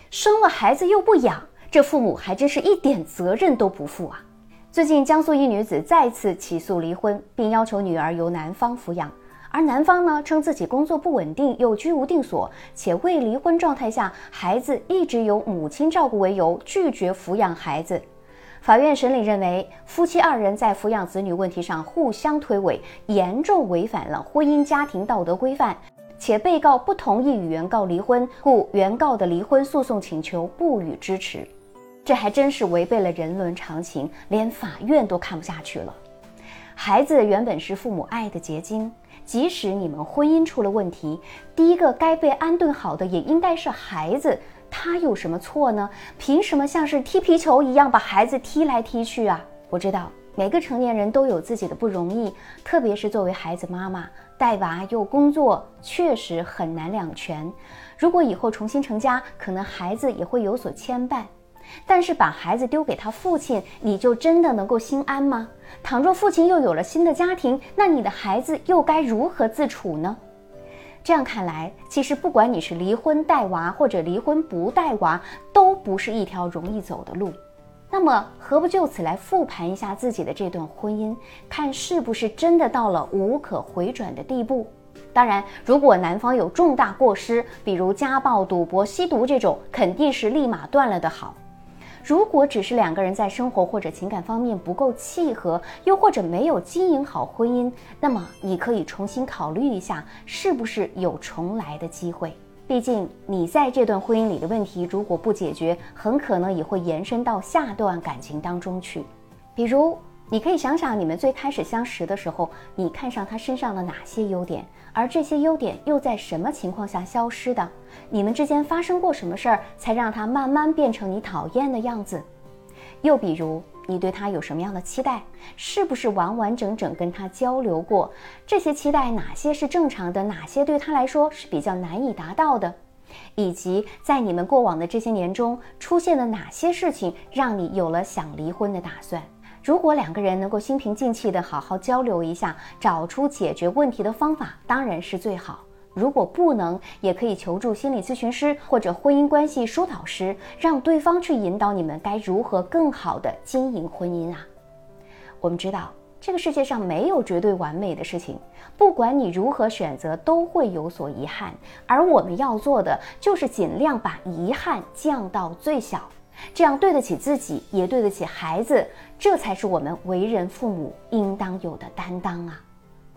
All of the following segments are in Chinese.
生了孩子又不养，这父母还真是一点责任都不负啊。最近江苏一女子再次起诉离婚，并要求女儿由男方抚养，而男方呢称自己工作不稳定，又居无定所，且未离婚状态下孩子一直由母亲照顾为由拒绝抚养孩子。法院审理认为，夫妻二人在抚养子女问题上互相推诿，严重违反了婚姻家庭道德规范，且被告不同意与原告离婚，故原告的离婚诉讼请求不予支持。这还真是违背了人伦常情，连法院都看不下去了。孩子原本是父母爱的结晶，即使你们婚姻出了问题，第一个该被安顿好的也应该是孩子，他有什么错呢？凭什么像是踢皮球一样把孩子踢来踢去啊？我知道每个成年人都有自己的不容易，特别是作为孩子妈妈，带娃又工作，确实很难两全。如果以后重新成家，可能孩子也会有所牵绊。但是把孩子丢给他父亲，你就真的能够心安吗？倘若父亲又有了新的家庭，那你的孩子又该如何自处呢？这样看来，其实不管你是离婚带娃或者离婚不带娃，都不是一条容易走的路。那么何不就此来复盘一下自己的这段婚姻，看是不是真的到了无可回转的地步？当然，如果男方有重大过失，比如家暴、赌博、吸毒这种，肯定是立马断了的好。如果只是两个人在生活或者情感方面不够契合，又或者没有经营好婚姻，那么你可以重新考虑一下，是不是有重来的机会。毕竟你在这段婚姻里的问题如果不解决，很可能也会延伸到下段感情当中去。比如你可以想想，你们最开始相识的时候，你看上他身上的哪些优点，而这些优点又在什么情况下消失的？你们之间发生过什么事儿，才让他慢慢变成你讨厌的样子？又比如你对他有什么样的期待，是不是完完整整跟他交流过？这些期待哪些是正常的，哪些对他来说是比较难以达到的？以及在你们过往的这些年中，出现了哪些事情让你有了想离婚的打算？如果两个人能够心平气静地好好交流一下，找出解决问题的方法，当然是最好。如果不能，也可以求助心理咨询师或者婚姻关系疏导师，让对方去引导你们该如何更好地经营婚姻啊。我们知道这个世界上没有绝对完美的事情，不管你如何选择都会有所遗憾，而我们要做的就是尽量把遗憾降到最小，这样对得起自己，也对得起孩子，这才是我们为人父母应当有的担当啊。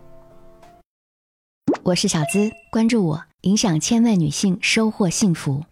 我是小资，关注我，影响千万女性，收获幸福。